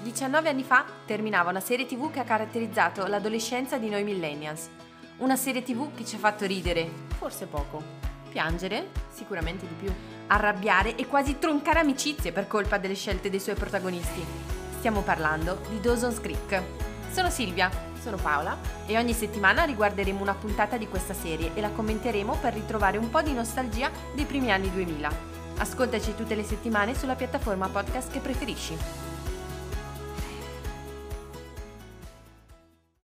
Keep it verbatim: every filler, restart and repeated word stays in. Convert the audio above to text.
diciannove anni fa terminava una serie tivù che ha caratterizzato l'adolescenza di noi millennials. Una serie tivù che ci ha fatto ridere, forse poco, piangere, sicuramente di più, arrabbiare e quasi troncare amicizie per colpa delle scelte dei suoi protagonisti. Stiamo parlando di Dawson's Creek. Sono Silvia, sono Paola e ogni settimana riguarderemo una puntata di questa serie e la commenteremo per ritrovare un po' di nostalgia dei primi anni duemila. Ascoltaci tutte le settimane sulla piattaforma podcast che preferisci.